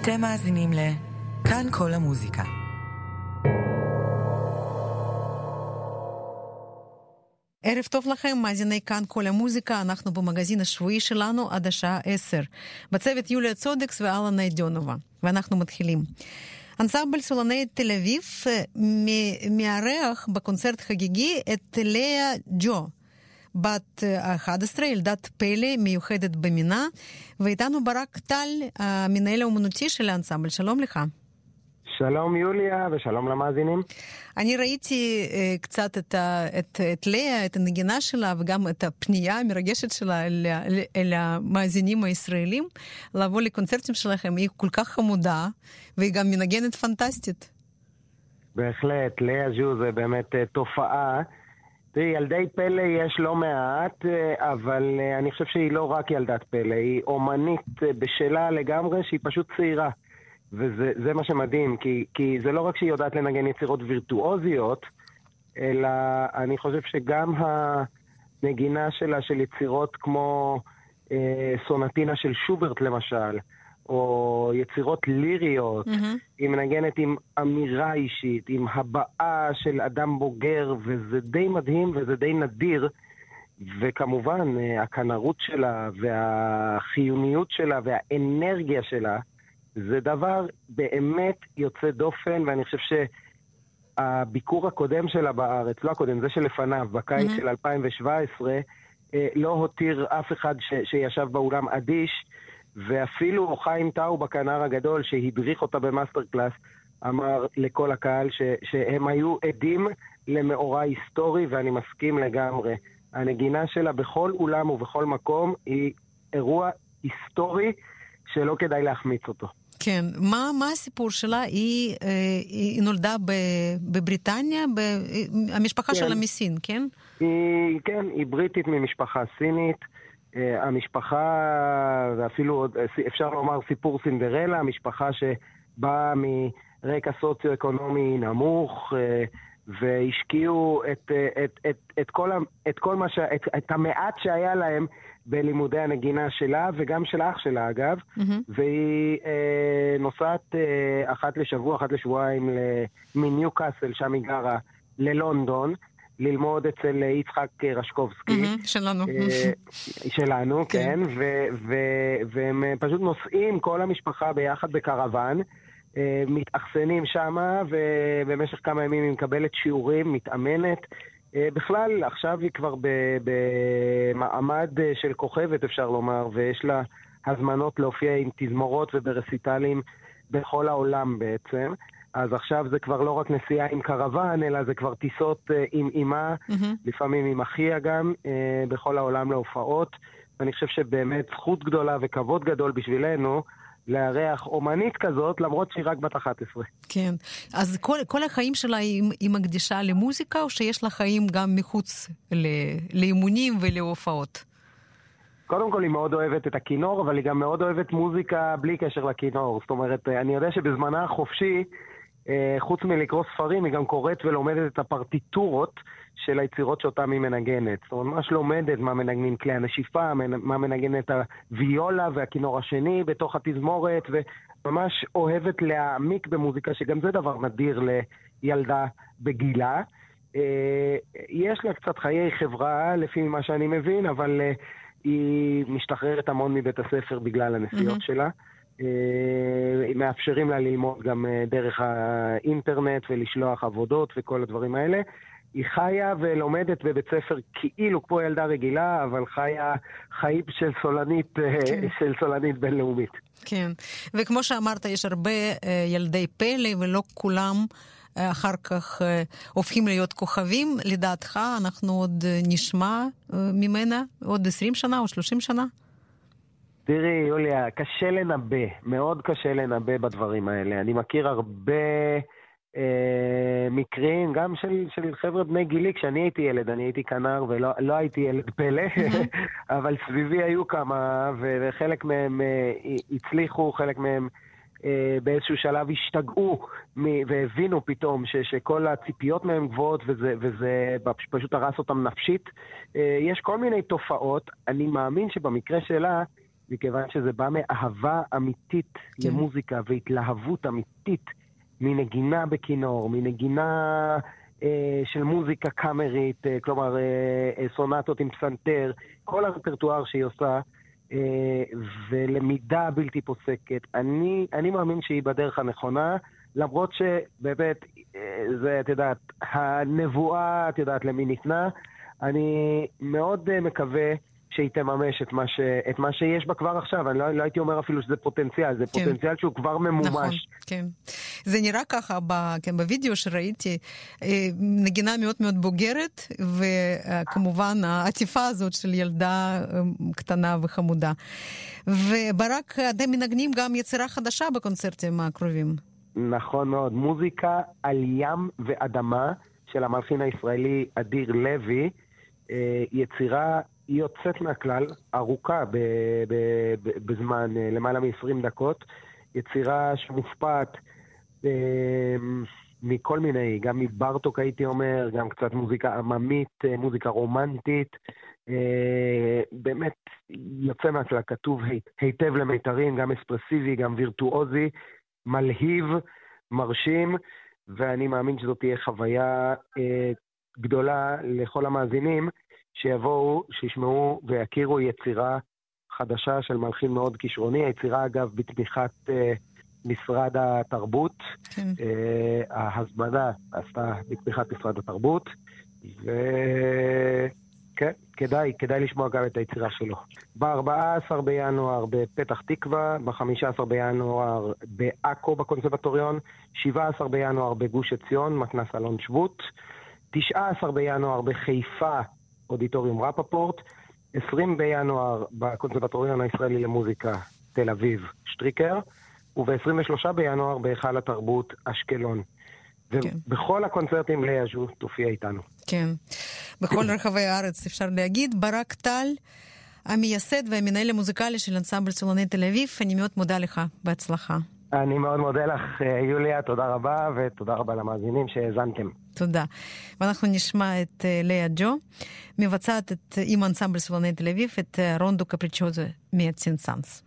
אתם מאזינים לכאן כל המוזיקה. ערב טוב לכם, מאזיני כאן כל המוזיקה, אנחנו במגזין השבועי שלנו עד השעה 10. בצוות יוליה צודקס ואלנה אידיונובה, ואנחנו מתחילים. אנסמבל סולני תל אביב מארח בקונצרט חגיגי את לאה ג'ו, בת 11, ילדת פלא מיוחדת במינה, ואיתנו ברק טל, המנהל האומנותי של האנסמבל. שלום לך. שלום יוליה ושלום למאזינים. אני ראיתי קצת את לאה, את הנגינה שלה וגם את הפנייה המרגשת שלה אל המאזינים הישראלים לבוא לקונצרטים שלכם. היא כל כך חמודה והיא גם מנגנת פנטסטית. בהחלט, לאה ז'ו זה באמת תופעה. תראי, ילדי פלא יש לא מעט, אבל אני חושב שהיא לא רק ילדת פלא, היא אומנית בשלה לגמרי, שהיא פשוט צעירה. וזה מה שמדהים, כי זה לא רק שהיא יודעת לנגן יצירות וירטואוזיות, אלא אני חושב שגם הנגינה שלה של יצירות כמו סונטינה של שוברט למשל, או יצירות ליריות, היא מנגנת עם אמירה אישית, עם הבעה של אדם בוגר, וזה די מדהים וזה די נדיר, וכמובן הכנרות שלה והחיוניות שלה והאנרגיה שלה, זה דבר באמת יוצא דופן, ואני חושב שהביקור הקודם שלה בארץ, לא הקודם, זה שלפניו, בקיץ של 2017, לא הותיר אף אחד שישב באולם אדיש, ואפילו חיים טאו בכנר הגדול, שהדריך אותה במאסטר קלאס, אמר לכל הקהל שהם היו עדים למאורע היסטורי, ואני מסכים לגמרי. הנגינה שלה בכל אולם ובכל מקום היא אירוע היסטורי, שלא כדאי להחמיץ אותו. כן, מה הסיפור שלה? היא נולדה בבריטניה, המשפחה שלה מסין, כן? כן, היא בריטית ממשפחה סינית. המשפחה, ואפילו אפשר לומר סיפור סינדרלה, המשפחה שבאה מרקע סוציו-אקונומי נמוך, והשקיעו את המעט שהיה להם בלימודי הנגינה שלה, וגם של אח שלה אגב, והיא נוסעת אחת לשבועיים מניוקאסל, שם היא גרה, ללונדון, ללמוד אצל יצחק רשקובסקי. שלנו, כן, והם פשוט נוסעים כל המשפחה ביחד בקרוון, מתאכסנים שמה, ובמשך כמה ימים היא מקבלת שיעורים, מתאמנת, בכלל, עכשיו היא כבר במעמד של כוכבת, אפשר לומר, ויש לה הזמנות להופיע עם תזמורות וברסיטלים בכל העולם בעצם. אז עכשיו זה כבר לא רק נסיעה עם קרוון, אלא זה כבר טיסות עם אימה, לפעמים עם אחיה גם, בכל העולם להופעות. ואני חושב שבאמת זכות גדולה וכבוד גדול בשבילנו, לארח אומנית כזאת, למרות שהיא רק בת 11. כן. אז כל החיים שלה היא מקדישה למוזיקה, או שיש לה חיים גם מחוץ לאימונים ולהופעות? קודם כל היא מאוד אוהבת את הכינור, אבל היא גם מאוד אוהבת מוזיקה בלי קשר לכינור. זאת אומרת, אני יודע שבזמנה החופשי, חוץ מלקרוא ספרים, היא גם קוראת ולומדת את הפרטיטורות של היצירות שאותם היא מנגנת. זאת אומרת, ממש לומדת מה מנגנים כלי הנשיפה, מה מנגנת הוויולה והכינור השני בתוך התזמורת, וממש אוהבת להעמיק במוזיקה, שגם זה דבר נדיר לילדה בגילה. יש לה קצת חיי חברה, לפי מה שאני מבין, אבל היא משתחררת המון מבית הספר בגלל הנסיעות שלה. מאפשרים לה ללמוד גם דרך האינטרנט ולשלוח עבודות וכל הדברים האלה. היא חיה ולומדת בבית ספר כאילו כמו ילדה רגילה, אבל חיה חיים של סולנית, של סולנית בינלאומית. כן, וכמו שאמרת, יש הרבה ילדי פלא ולא כולם אחר כך הופכים להיות כוכבים. לדעתך אנחנו עוד נשמע ממנה עוד 20 שנה או 30 שנה? תראי, יוליה, קשה לנבא, מאוד קשה לנבא בדברים האלה. אני מכיר הרבה מקרים, גם של חבר'ה בני גילי. כשאני הייתי ילד, אני הייתי כנר ולא הייתי ילד פלא, אבל סביבי היו כמה, וחלק מהם הצליחו, חלק מהם באיזשהו שלב השתגעו והבינו פתאום שכל הציפיות מהם גבוהות, וזה פשוט הרס אותם נפשית. יש כל מיני תופעות. אני מאמין שבמקרה שלה, מכיוון שזה בא מאהבה אמיתית למוזיקה והתלהבות אמיתית מנגינה בכינור, מנגינה של מוזיקה קאמרית, כלומר סונטות עם פסנתר, כל הרפרטואר שהיא עושה, ולמידה בלתי פוסקת. אני מאמין שהיא בדרך הנכונה, למרות שבאמת, זה, את יודעת, הנבואה, את יודעת, למי ניתנה, אני מאוד מקווה שהיא תממש את מה שיש בה כבר עכשיו. אני לא הייתי אומר אפילו שזה פוטנציאל, זה פוטנציאל שהוא כבר ממומש. נכון, כן. זה נראה ככה בווידאו שראיתי, נגינה מאוד מאוד בוגרת, וכמובן העטיפה הזאת של ילדה קטנה וחמודה. וברק, אתם מנגנים גם יצירה חדשה בקונצרטים הקרובים. נכון מאוד, מוזיקה על ים ואדמה של המלחין הישראלי אדיר לוי, יצירה יוצאת מהכלל, ארוכה בזמן למעלה מ-20 דקות, יצירה שמושפעת מכל מיני, גם מברטוק הייתי אומר, גם קצת מוזיקה עממית, מוזיקה רומנטית, באמת יוצא מהכלל, כתוב היטב למיתרים, גם אספרסיבי, גם וירטואוזי, מלהיב, מרשים, ואני מאמין שזאת תהיה חוויה גדולה לכל המאזינים, שיבואו, שישמעו ויכירו יצירה חדשה של מלחין מאוד כישרוני. היצירה אגב בתמיכת משרד התרבות, כן. ההזמנה עשתה בתמיכת משרד התרבות, וכן, כדאי לשמוע גם את היצירה שלו. ב-14 בינואר בפתח תקווה, ב-15 בינואר בעכו בקונסרבטוריון, 17 בינואר בגוש עציון, מתנ"ס אלון שבות, 19 בינואר בחיפה, אודיטוריום רפפורט, 20 בינואר בקונסרבטוריון הישראלי למוזיקה תל אביב שטריקר, וב-23 בינואר בהיכל התרבות אשקלון. ובכל הקונצרטים לאה ז'ו תופיע איתנו. כן, בכל רחבי הארץ אפשר להגיד. ברק טל, המייסד והמנהל המוזיקלי של אנסמבל סולני תל אביב, אני מאוד מודה לך, בהצלחה. אני מאוד מודה לך, יוליה, תודה רבה, ותודה רבה למאזינים שהאזנתם. תודה. ואנחנו נשמע את לאה ג'ו, מבצעת עם אנסמבל סולני תל אביב, את רונדו קפריצ'וזה מהצינסנס.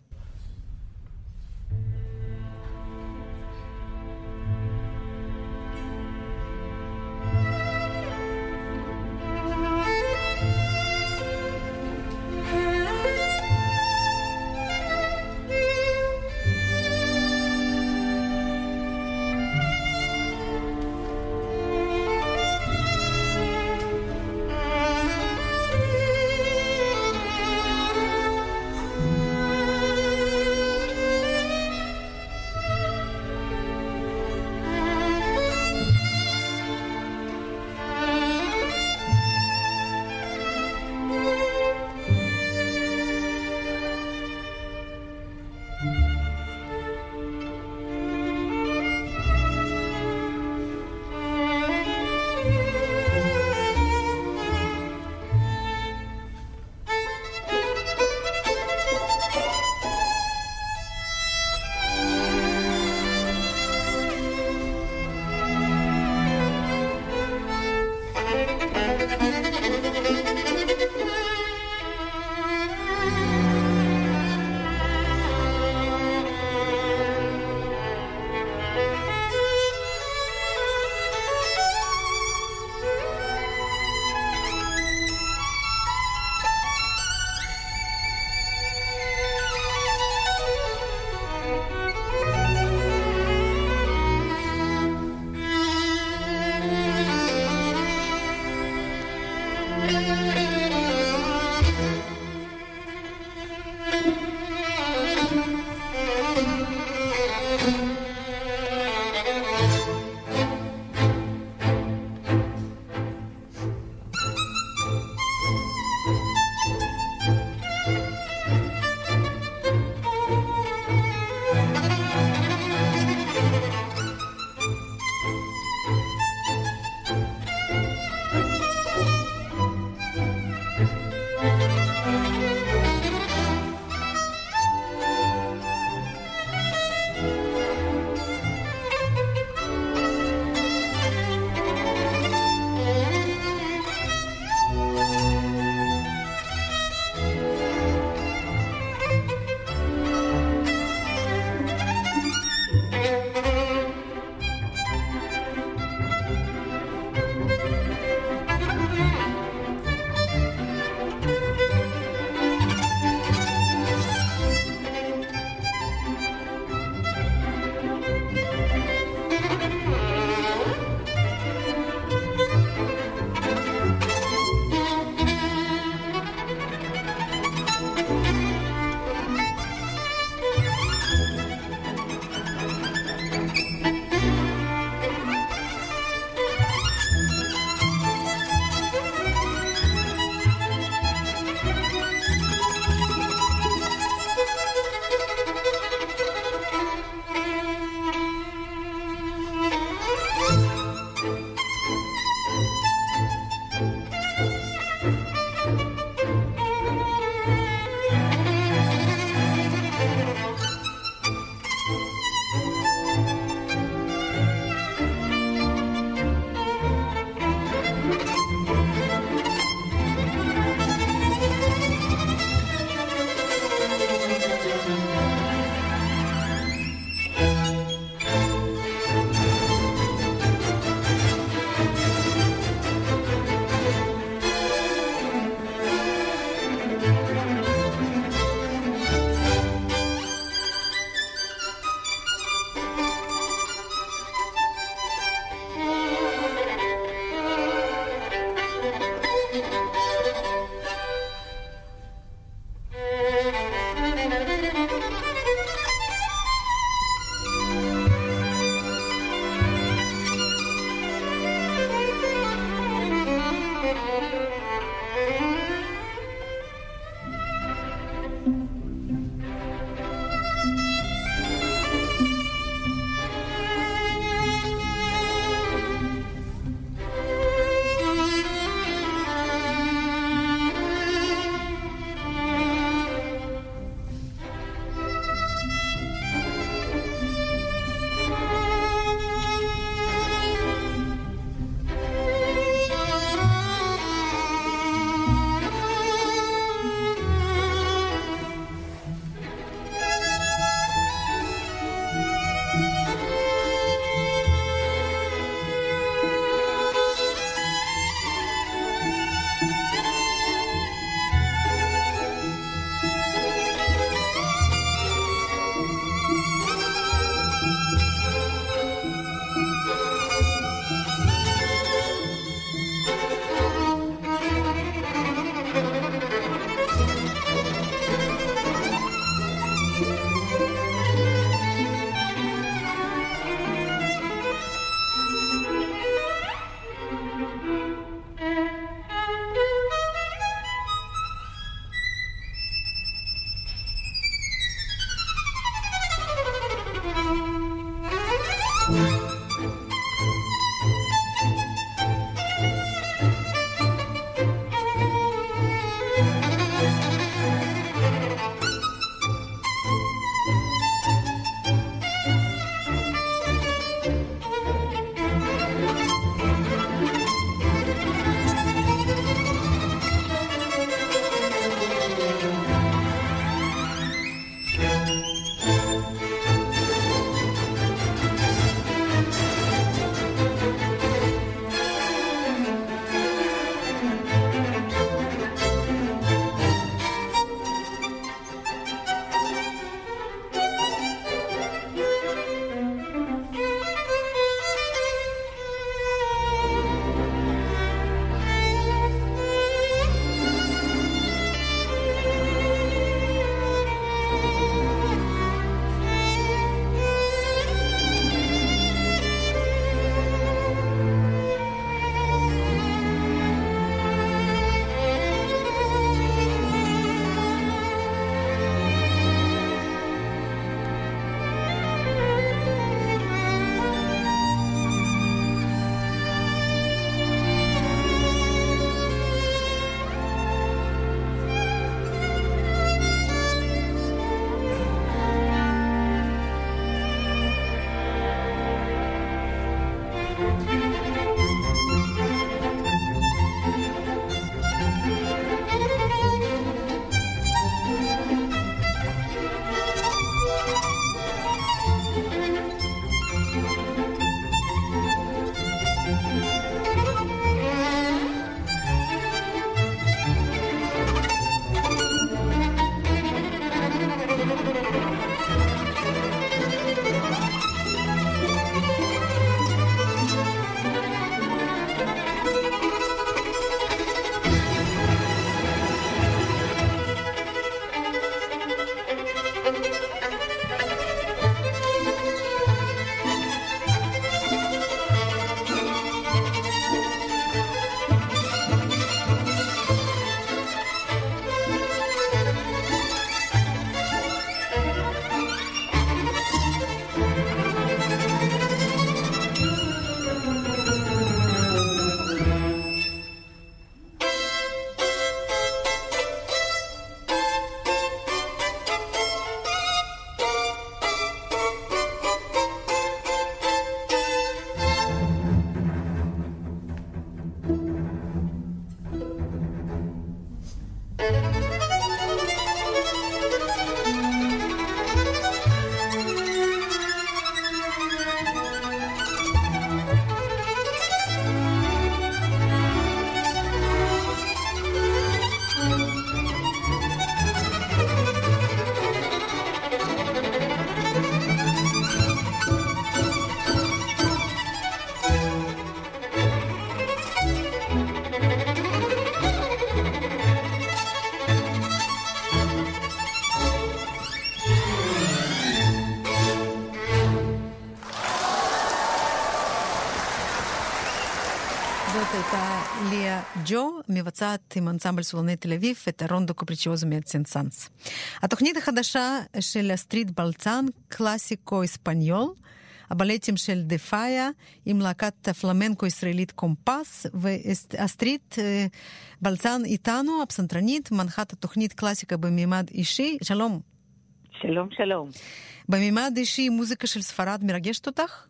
ליה ג'ו מבצעת עם אנסמבל סולני תל אביב את הרונדו קופריצ'יוזו מהצנסנס. התוכנית החדשה של אסטריד בלצן, קלאסיקו אספניול, הבלטים של דפאיה עם להקת פלמנקו ישראלית קומפס, ואסטריד בלצן איתנו, הפסנתרנית, מנחת התוכנית קלאסיקה במימד אישי. שלום. שלום, שלום. במימד אישי מוזיקה של ספרד מרגשת אותך?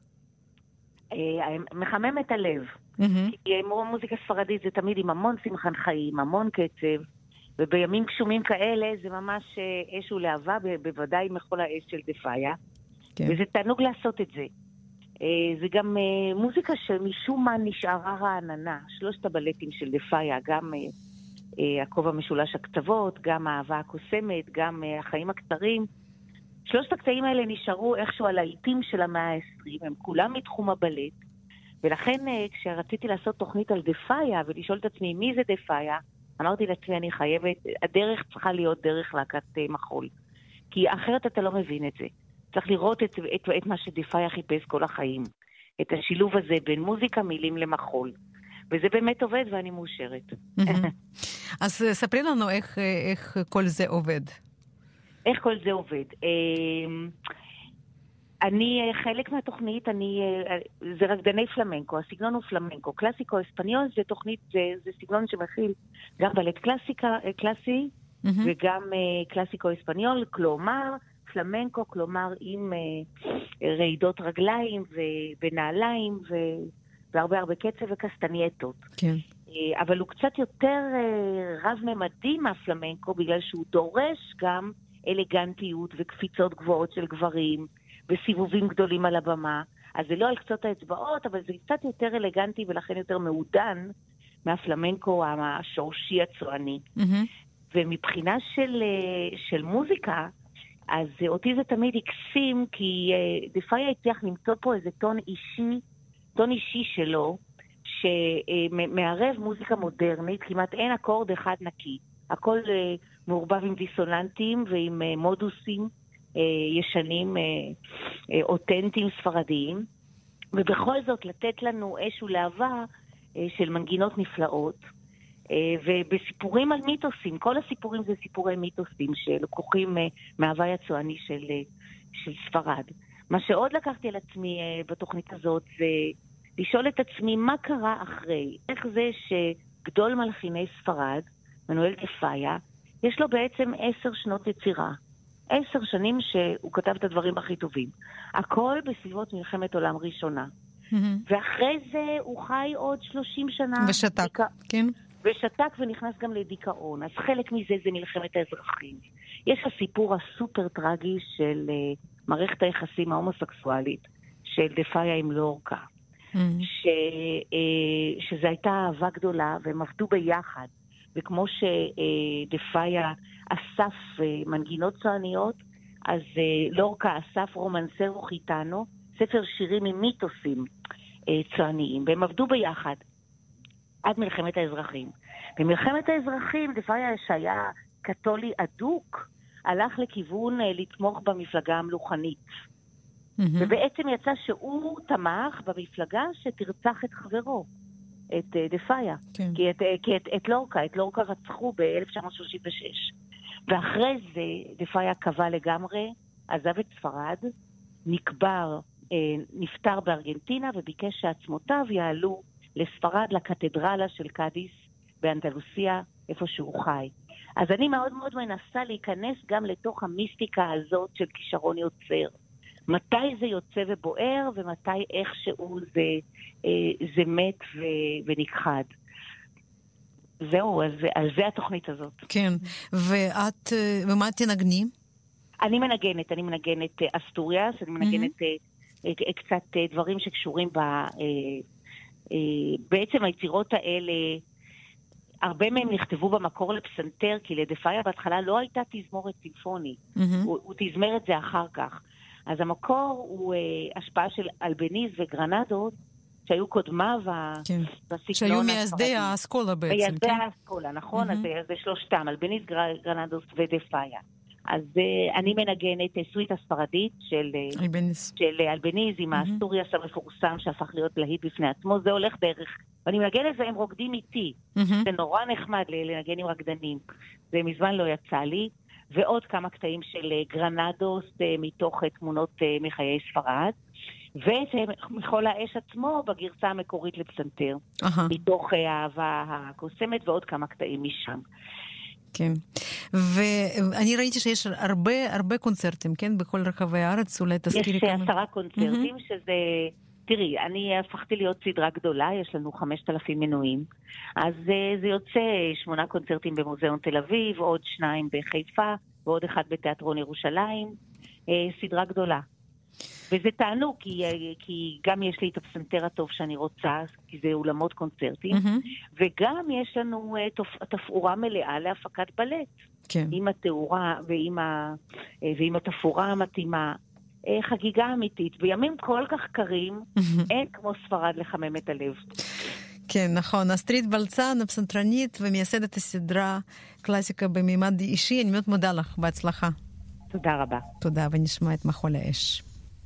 מחמם את הלב. כי מוזיקה ספרדית זה תמיד עם המון שמחן חיים, המון קצב, ובימים גשומים כאלה זה ממש אש ולהבה, בוודאי מכל האש של דפאיה. כן. וזה תענוג לעשות את זה. זה גם מוזיקה שמשום מה נשארה רעננה. שלושת הבלטים של דפאיה, גם הכובע משולש הקצוות, גם האהבה הקוסמת, גם החיים הקצרים. שלושת הקטעים האלה נשארו איכשהו על העיתים של המאה ה-20, הם כולם מתחום הבלט. ולכן כשרציתי לעשות תוכנית על דפאיה ולשאול את עצמי מי זה דפאיה, אמרתי לעצמי אני חייבת, הדרך צריכה להיות דרך להקת מחול. כי אחרת אתה לא מבין את זה. צריך לראות את מה שדפאיה חיפש כל החיים. את השילוב הזה בין מוזיקה, מילים למחול. וזה באמת עובד ואני מאושרת. אז ספרי לנו איך כל זה עובד. איך כל זה עובד? אני, חלק מהתוכנית, זה רקדני פלמנקו, הסגנון הוא פלמנקו. קלאסיקו אספניול זה תוכנית, זה סגנון שמכיל גם בלט קלאסי, וגם קלאסיקו אספניול, כלומר, פלמנקו, כלומר עם רעידות רגליים ובנעליים והרבה הרבה קצב וקסטנייטות. כן. אבל הוא קצת יותר רב-ממדי מהפלמנקו, בגלל שהוא דורש גם אלגנטיות וקפיצות גבוהות של גברים, וסיבובים גדולים על הבמה. אז זה לא על קצות האצבעות, אבל זה קצת יותר אלגנטי ולכן יותר מעודן מהפלמנקו השורשי הצועני. ומבחינה של מוזיקה, אז אותי זה תמיד הקסים, כי דפאיה הצליח למצוא פה איזה טון אישי שלו, שמערב מוזיקה מודרנית, כמעט אין אקורד אחד נקי. הכל מעורבב עם דיסוננטים ועם מודוסים ישנים, אותנטיים ספרדיים, ובכל זאת לתת לנו אש ולהבה של מנגינות נפלאות, ובסיפורים על מיתוסים, כל הסיפורים זה סיפורי מיתוסים שלקוחים מההווי הצועני של ספרד. מה שעוד לקחתי על עצמי בתוכנית הזאת זה לשאול את עצמי מה קרה אחרי, איך זה שגדול מלחיני ספרד, מנואל דפאיה, יש לו בעצם 10 שנות יצירה. 10 שנים שהוא כתב את הדברים הכי טובים. הכל בסביבות מלחמת עולם ראשונה. ואחרי זה הוא חי עוד 30 שנה. ושתק, כן. ושתק ונכנס גם לדיכאון. אז חלק מזה זה מלחמת האזרחים. יש הסיפור הסופר טרגי של מערכת היחסים ההומוסקסואלית של דפאיה עם לורקה. שזה הייתה אהבה גדולה והם עבדו ביחד. וכמו שדפאיה אסף מנגינות צועניות, אז לורקה אסף רומנסרו חיטנו, ספר שירים עם מיתוסים צועניים, והם עבדו ביחד עד מלחמת האזרחים. במלחמת האזרחים דפאיה שהיה קתולי אדוק, הלך לכיוון לתמוך במפלגה המלוכנית. ובעצם יצא שהוא תמך במפלגה שתרצח את חברו. את דפאיה, כן. כי את לורקה רצחו ב-1936. ואחרי זה דפאיה קבע לגמרי, עזב את ספרד, נפטר בארגנטינה וביקש שעצמותיו יעלו לספרד, לקתדרלה של קאדיס באנדלוסיה, איפה שהוא חי. אז אני מאוד מאוד מנסה להיכנס גם לתוך המיסטיקה הזאת של כישרון יוצר. מתי זה יוצא ובוער, ומתי איכשהו זה מת ונכחד. זהו, אז זה התוכנית הזאת. כן, ומה תנגני? אני מנגנת אסטוריאס, אני מנגנת קצת דברים שקשורים בעצם היצירות האלה, הרבה מהם נכתבו במקור לפסנתר, כי לדפאיה בהתחלה לא הייתה תזמורת סימפונית, הוא תזמר את זה אחר כך. אז המקור הוא השפעה של אלבניז וגרנדות, שהיו קודמיו בסגנון שהיו מייסדי האסכולה בעצם. מייסדי האסכולה, נכון? אז זה שלושתם, אלבניז, גרנדות ודפאיה. אז אני מנגנת סוויטה ספרדית של אלבניז עם האסטוריאס המפורסם שהפך להיות להיט בפני עצמו. זה הולך בערך ואני מנגן את זה, הם רוקדים איתי. זה נורא נחמד לנגן עם רקדנים. זה מזמן לא יצא לי. ועוד כמה קטעים של גרנדוס מתוך תמונות מחיי ספרד. ומחול האש עצמו בגרסה המקורית לפסנתר. מתוך האהבה הקוסמת ועוד כמה קטעים משם. כן. ואני ראיתי שיש הרבה קונצרטים, כן? בכל רחבי הארץ, אולי תזכירי כמה. יש 10 קונצרטים, שזה... תראי, אני הפכתי להיות סדרה גדולה, יש לנו 5,000 מנויים. אז זה יוצא 8 קונצרטים במוזיאון תל אביב, עוד 2 בחיפה, ועוד 1 בתיאטרון ירושלים. סדרה גדולה. וזה תענוג, כי גם יש לי את הפסנתר הטוב שאני רוצה, כי זה אולמות קונצרטים, וגם יש לנו תפאורה מלאה להפקת בלט. כן. עם התאורה ועם התפאורה המתאימה. חגיגה אמיתית. בימים כל כך קרים, אין כמו ספרד לחמם את הלב. כן, נכון. אסטרית בלצן, הפסנתרנית ומייסדת הסדרה קלאסיקה במימד אישי. אני מאוד מודה לך. בהצלחה. תודה רבה. תודה, ונשמע את מחול האש.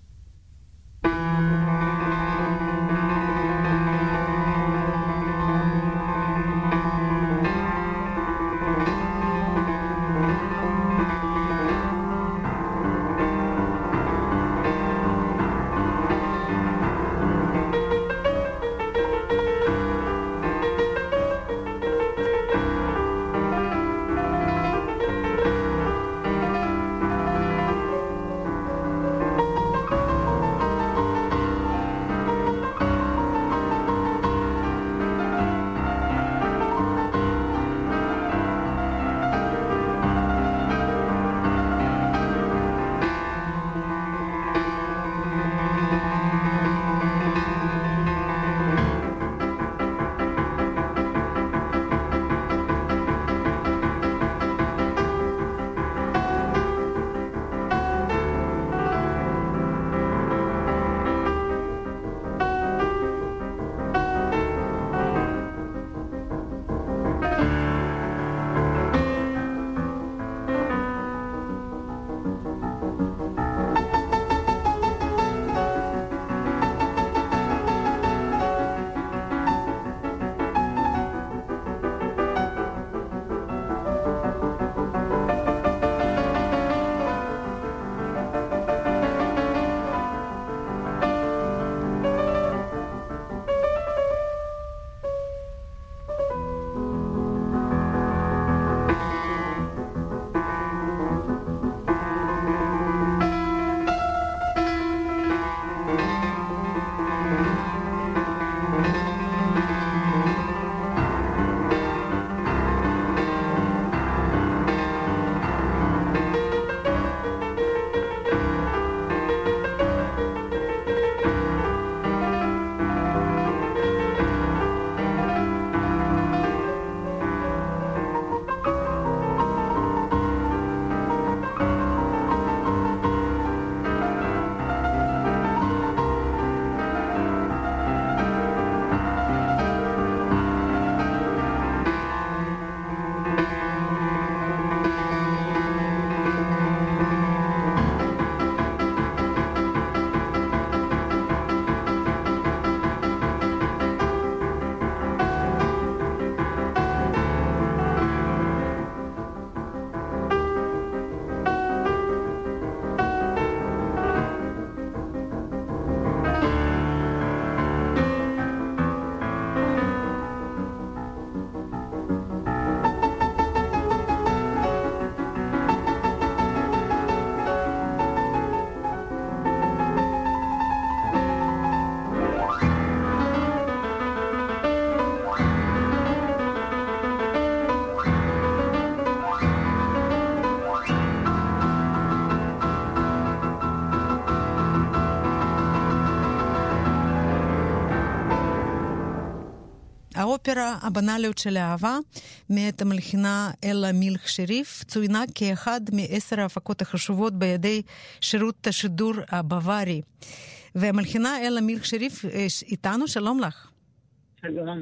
האופרה הבנאליות של האהבה מאת המלחינה אלה מילך שריף צוינה כאחד מ10 ההפקות החשובות בידי שירות השידור הבווארי. והמלחינה אלה מילך שריף איתנו, שלום לך. שלום.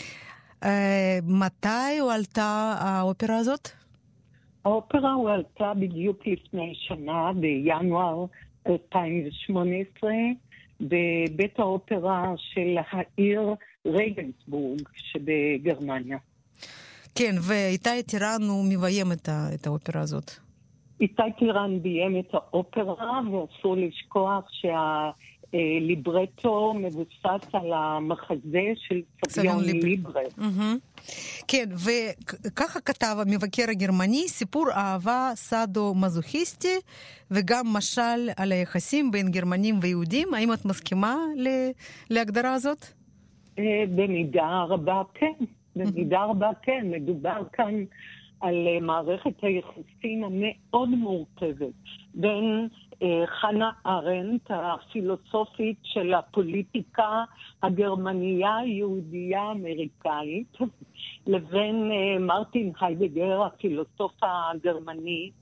מתי הועלתה האופרה הזאת? האופרה הועלתה בדיוק לפני שנה, בינואר 2018, בבית האופרה של העיר רגנסבורג שבגרמניה. כן, ואיתי טירן הוא מביים את האופרה הזאת. איתי טירן ביים את האופרה, ואסור לשכוח שהליברטו מבוסס על המחזה של סביון ליברה. כן, וככה כתב המבקר הגרמני, סיפור אהבה סאדו-מזוכיסטי, וגם משל על היחסים בין גרמנים ויהודים. האם את מסכימה להגדרה הזאת? במידה רבה כן. במידה רבה כן. מדובר כאן על מערכת היחסים המאוד מורכבת בין חנה ארנדט, הפילוסופית של הפוליטיקה הגרמניה, יהודייה אמריקאית, לבין מרטין היידגר, הפילוסוף הגרמני,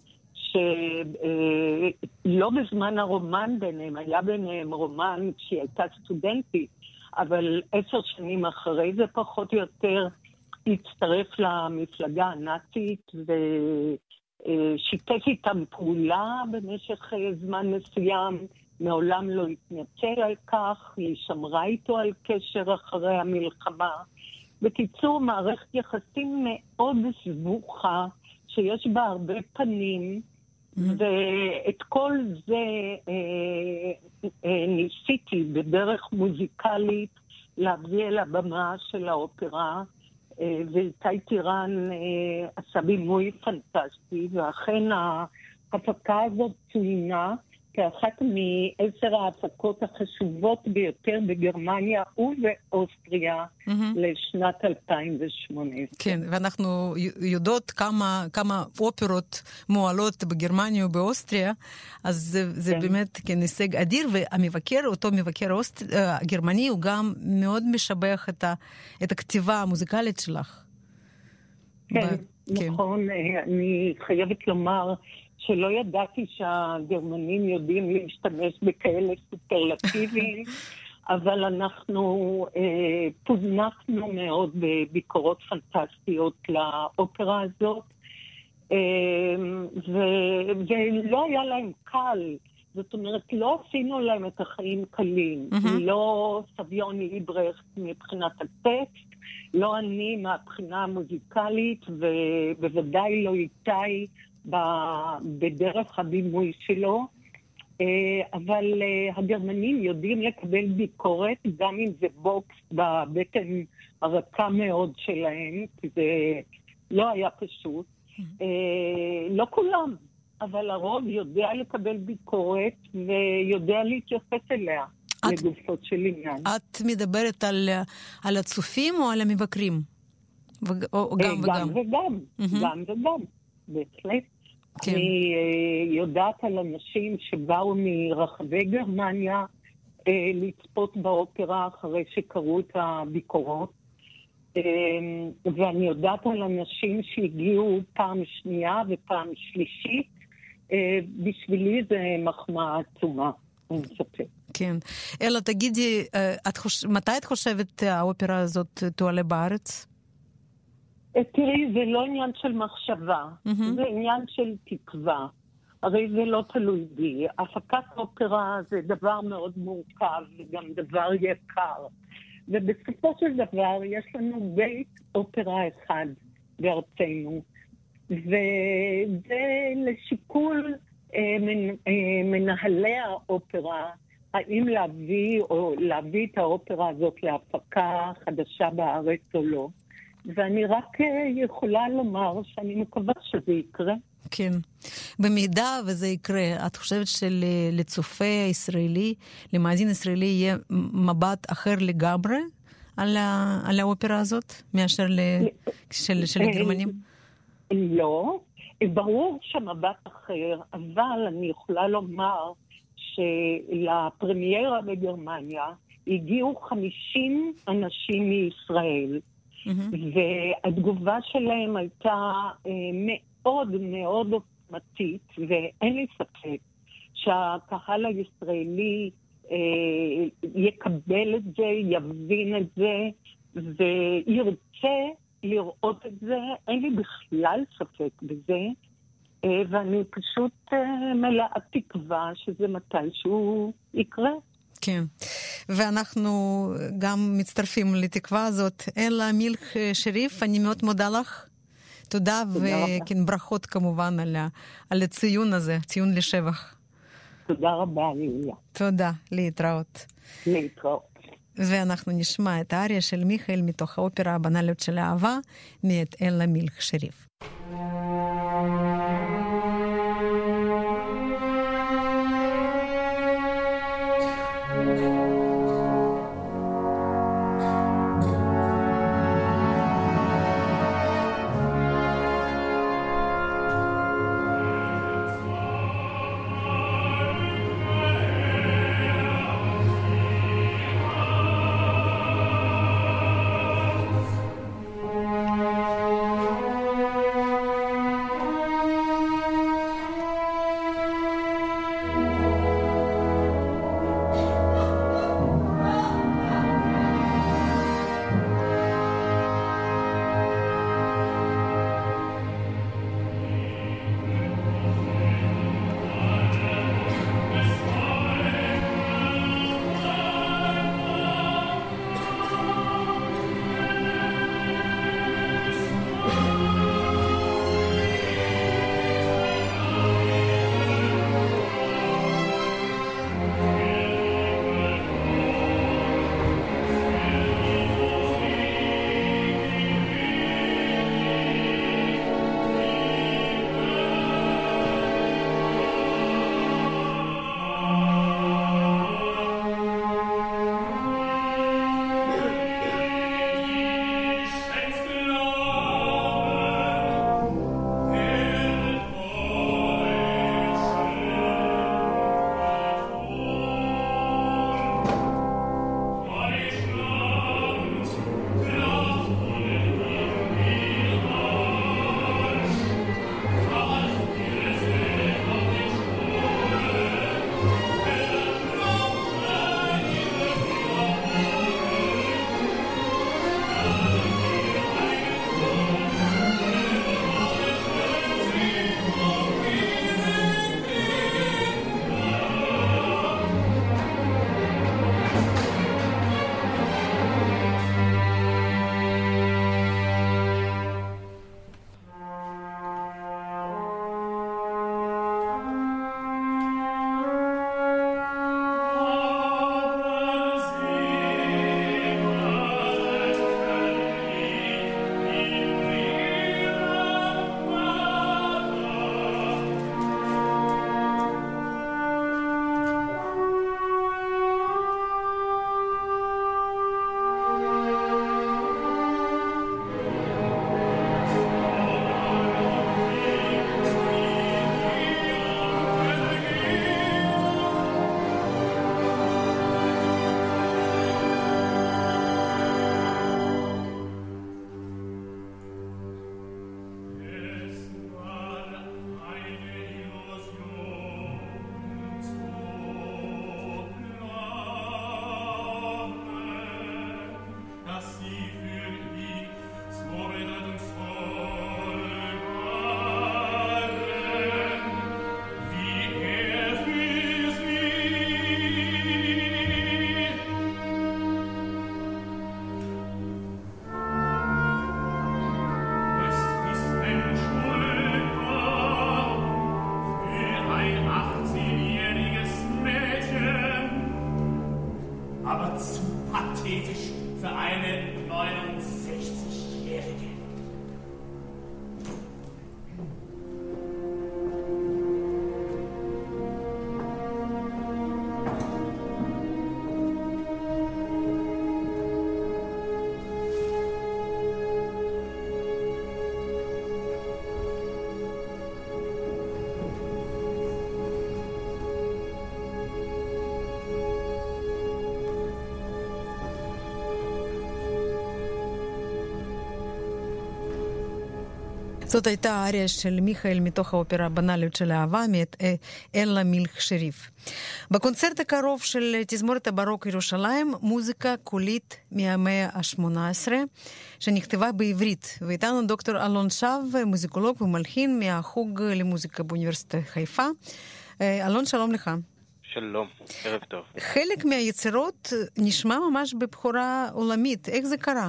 שלא בזמן הרומן ביניהם, היה ביניהם רומן כשהיא הייתה סטודנטית, אבל 10 שנים אחרי זה פחות או יותר הצטרף למפלגה הנאצית ושיתף איתם פעולה במשך זמן מסוים, מעולם לא התנצל על כך, היא שמרה איתו על קשר אחרי המלחמה. בקיצור, מערכת יחסים מאוד סבוכה, שיש בה הרבה פנים, ואת כל זה ניסיתי בדרך מוזיקלית להביא אל הבמה של האופרה, ואיתי טירן עשה בימוי פנטסטי, ואכן ההפקה הזאת צוינה כאחת מ10 ההפקות החשובות ביותר בגרמניה ובאוסטריה לשנת 2008. כן, ואנחנו יודעות כמה אופרות מועלות בגרמניה ובאוסטריה, אז זה באמת כן הישג אדיר, והמבקר, אותו מבקר הגרמני, הוא גם מאוד משבח את הכתיבה המוזיקלית שלך. כן, נכון, אני חייבת לומר שלא ידעתי שהגרמנים יודעים להשתמש בכאלה סופרלטיבים, אבל אנחנו פוזנקנו מאוד בביקורות פנטסטיות לאופרה הזאת, ולא היה להם קל, זאת אומרת, לא עשינו להם את החיים קלים, לא סביון ליברכט מבחינת הטקסט, לא אני מהבחינה המוזיקלית, ובוודאי לא איתי בדרך הבימוי שלו, אבל הגרמנים יודעים לקבל ביקורת, גם אם זה בוקס בבטן הרכה מאוד שלהם, כי זה לא היה פשוט. לא כולם, אבל הרוב יודע לקבל ביקורת ויודע להתייחס אליה לגופות של עניין. את מדברת על הצופים או על המבקרים? או גם וגם? גם וגם. בהחלט. כן. אני יודעת על אנשים שבאו מרחבי גרמניה לצפות באופרה אחרי שקראו את הביקורות, ואני יודעת על אנשים שהגיעו פעם שנייה ופעם שלישית. בשבילי זה מחמאה עצומה, אני חושבת. כן. אלא תגידי, מתי את חושבת האופרה הזאת תועלה בארץ? תראי, זה לא עניין של מחשבה, זה עניין של תקווה. הרי זה לא תלוי בי. הפקת אופרה זה דבר מאוד מורכב וגם דבר יקר. ובסופו של דבר יש לנו בית אופרה אחד בארצנו. וזה לשיקול מנהלי האופרה, האם להביא את האופרה הזאת להפקה חדשה בארץ או לא. ואני רק יכולה לומר שאני מקווה שזה יקרה. כן. במידה וזה יקרה, את חושבת שלצופה ישראלי, למאזין ישראלי, יהיה מבט אחר לגמרי על האופרה הזאת, מאשר של הגרמנים? לא. ברור שמבט אחר, אבל אני יכולה לומר שלפרמיירה בגרמניה הגיעו 50 אנשים מישראל. והתגובה שלהם הייתה מאוד מאוד עוצמתית, ואין לי ספק שהקהל הישראלי יקבל את זה, יבין את זה, וירצה לראות את זה. אין לי בכלל ספק בזה, ואני פשוט מלאה תקווה שזה מתישהו יקרה. כן. ואנחנו גם מצטרפים לתקווה הזאת. אלה מילך שריף, אני מאוד מודה לך. תודה וכן, ברכות כמובן על הציון הזה, ציון לשבח. תודה רבה, ליליה. תודה, להתראות. להתראות. ואנחנו נשמע את האריה של מיכאל מתוך האופרה הבנאליות של האהבה, מאת אלה מילך שריף. זאת הייתה האריה של מיכאל מתוך האופרה הבנאליות של האהבה, מאת אלה מילך שריף. בקונצרט הקרוב של תזמורת הברוק ירושלים, מוזיקה קולית מהמאה ה-18, שנכתבה בעברית. ואיתנו דוקטור אלון שב, מוזיקולוג ומלחין מהחוג למוזיקה באוניברסיטת חיפה. אלון, שלום לך. שלום, ערב טוב. חלק מהיצירות נשמע ממש בבחורה עולמית. איך זה קרה?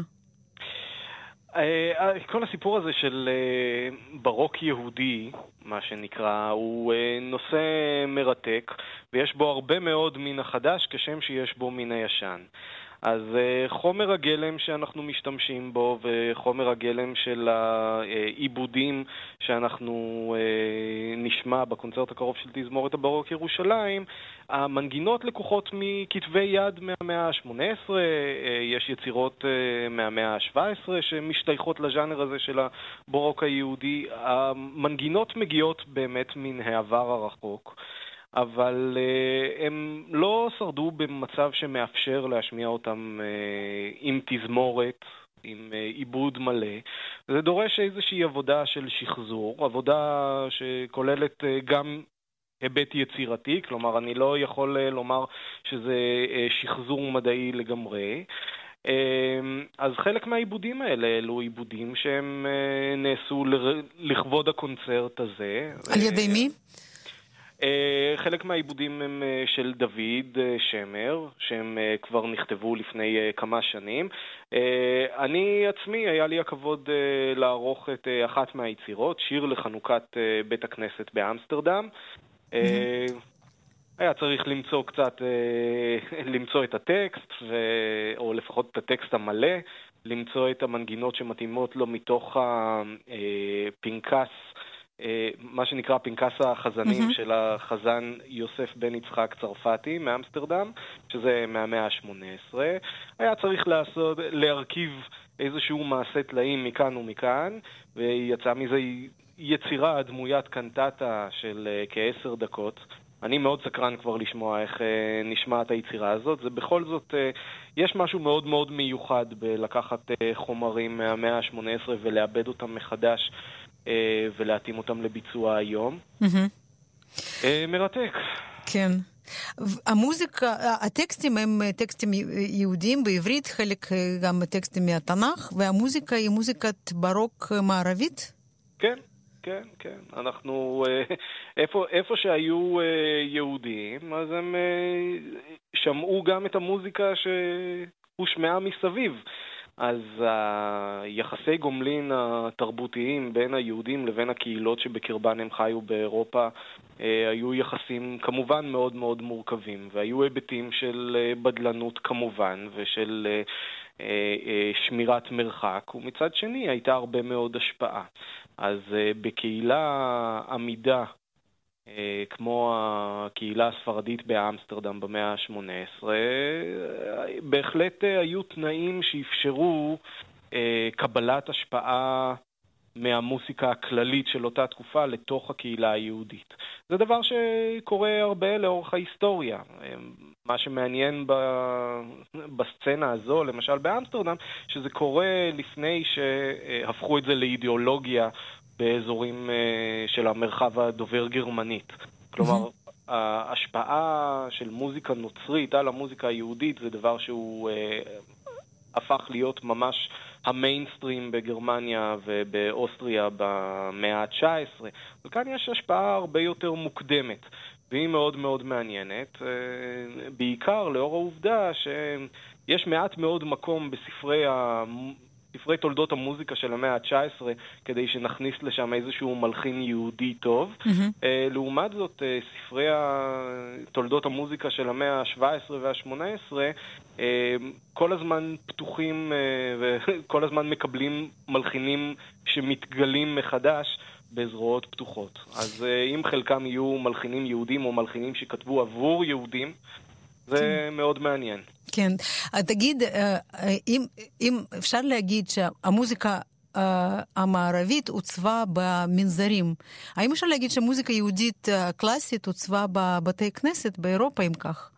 כל הסיפור הזה של ברוק יהודי, מה שנקרא, הוא נושא מרתק, ויש בו הרבה מאוד מן החדש כשם שיש בו מן הישן. אז חומר הגלם שאנחנו משתמשים בו וחומר הגלם של העיבודים שאנחנו נשמע בקונצרט הקרוב של תזמורת הברוק ירושלים, המנגינות לקוחות מכתבי יד מהמאה ה-18, יש יצירות מהמאה ה-17 שמשתייכות לז'אנר הזה של הברוק היהודי. המנגינות מגיעות באמת מן העבר הרחוק, אבל הם לא שרדו במצב שמאפשר להשמיע אותם עם תזמורת, עם עיבוד מלא. זה דורש איזושהי עבודה של שחזור, עבודה שכוללת גם היבט יצירתי, כלומר אני לא יכול לומר שזה שחזור מדעי לגמרי. אז חלק מהעיבודים האלה אלו עיבודים שהם נעשו לכבוד הקונצרט הזה. על ידי מי? חלק מהעיבודים הם של דוד שמר, שהם כבר נכתבו לפני כמה שנים. אני עצמי, היה לי הכבוד לערוך את אחת מהיצירות, שיר לחנוכת בית הכנסת באמסטרדם. היה צריך למצוא את הטקסט, או לפחות את הטקסט המלא, למצוא את המנגינות שמתאימות לו מתוך הפנקס, מה שנקרא פנקס החזנים של החזן יוסף בן יצחק צרפתי מאמסטרדם, שזה מהמאה ה-18. היה צריך להרכיב איזשהו מעשה תלאים מכאן ומכאן, ויצא מזה יצירה דמוית קנטטה של כ10 דקות. אני מאוד סקרן כבר לשמוע איך נשמעת היצירה הזאת. זה בכל זאת, יש משהו מאוד מאוד מיוחד בלקחת חומרים מהמאה ה-18 ולאבד אותם מחדש ולהתאים אותם לביצוע היום. מרתק. כן. המוזיקה, הטקסטים הם טקסטים יהודיים בעברית, חלק גם טקסטים מהתנ"ך, והמוזיקה היא מוזיקת ברוק מערבית? כן. כן, כן. אנחנו, איפה שהיו יהודים, אז הם שמעו גם את המוזיקה שהושמעה מסביב. אז היחסי גומלין התרבותיים בין היהודים לבין הקהילות שבקרבן הם חיו באירופה היו יחסים כמובן מאוד מאוד מורכבים, והיו היבטים של בדלנות כמובן ושל שמירת מרחק, ומצד שני הייתה הרבה מאוד השפעה. אז בקהילה עמידה, כמו הקהילה הספרדית באמסטרדם במאה ה-18, בהחלט היו תנאים שאפשרו קבלת השפעה מהמוסיקה הכללית של אותה תקופה לתוך הקהילה היהודית. זה דבר שקורה הרבה לאורך ההיסטוריה. מה שמעניין בסצנה הזו, למשל באמסטרדם, שזה קורה לפני שהפכו את זה לאידיאולוגיה באזורים של המרחב הדובר גרמנית. כלומר, ההשפעה של מוזיקה נוצרית על המוזיקה היהודית זה דבר שהוא הפך להיות ממש המיינסטרים בגרמניה ובאוסטריה במאה ה-19. וכאן יש השפעה הרבה יותר מוקדמת, והיא מאוד מאוד מעניינת, בעיקר לאור העובדה שיש מעט מאוד מקום בספרי תולדות המוזיקה של המאה ה-19 כדי שנכניס לשם איזשהו מלחין יהודי טוב. לעומת זאת, ספרי תולדות המוזיקה של המאה ה-17 וה-18 כל הזמן פתוחים וכל הזמן מקבלים מלחינים שמתגלים מחדש בזרועות פתוחות. אז אם חלקם יהיו מלחינים יהודים או מלחינים שכתבו עבור יהודים, זה מאוד מעניין. כן. תגיד, אם אפשר להגיד שהמוזיקה המערבית עוצבה במנזרים, האם אפשר להגיד שהמוזיקה יהודית קלאסית עוצבה בבתי כנסת באירופה, אם כך?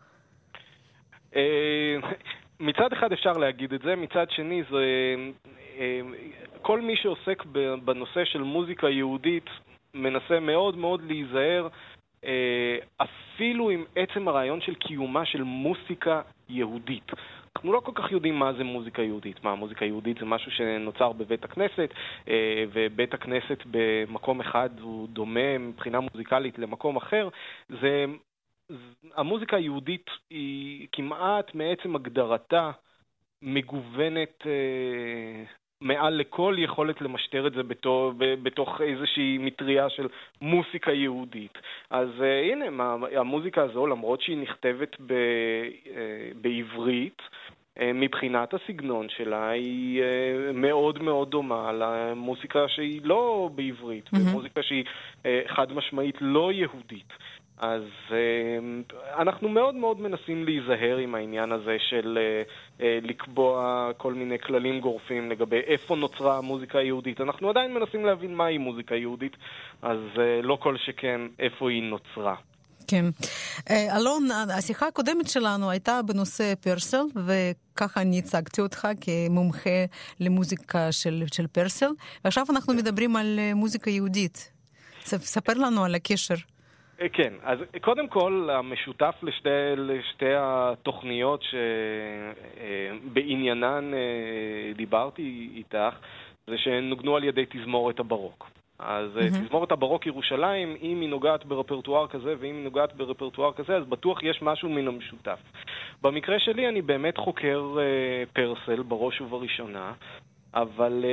מצד אחד אפשר להגיד את זה, מצד שני זה כל מי שעוסק בנושא של מוזיקה יהודית מנסה מאוד מאוד להיזהר אפילו עם עצם הרעיון של קיומה של מוסיקה יהודית. אנחנו לא כל כך יודעים מה זה מוזיקה יהודית. מוזיקה יהודית זה משהו שנוצר בבית הכנסת, ובית הכנסת במקום אחד הוא דומה מבחינה מוזיקלית למקום אחר. זה המוזיקה היהודית היא כמעט מעצם הגדרתה מגוונת מעל לכל יכולת למשטר את זה בתוך איזושהי מטריה של מוסיקה יהודית. אז הנה, המוזיקה הזו, למרות שהיא נכתבת בעברית, מבחינת הסגנון שלה היא מאוד מאוד דומה למוזיקה שהיא לא בעברית, ומוזיקה שהיא חד משמעית לא יהודית. אז אנחנו מאוד מאוד מנסים להיזהר עם העניין הזה של לקבוע כל מיני כללים גורפים לגבי איפה נוצרה המוזיקה היהודית. אנחנו עדיין מנסים להבין מהי מוזיקה יהודית, אז לא כל שכן איפה היא נוצרה. כן. אלון, השיחה הקודמת שלנו הייתה בנושא פרסל, וככה אני הצגתי אותך כמומחה למוזיקה של פרסל, ועכשיו אנחנו מדברים על מוזיקה יהודית. ספר לנו על הקשר. כן, אז קודם כל, המשותף לשתי התוכניות שבעניינן דיברתי איתך, זה שהן נוגנו על ידי תזמורת הברוק. אז תזמורת הברוק ירושלים, אם היא נוגעת ברפרטואר כזה ואם היא נוגעת ברפרטואר כזה, אז בטוח יש משהו מן המשותף. במקרה שלי אני באמת חוקר פרסל בראש ובראשונה, אבל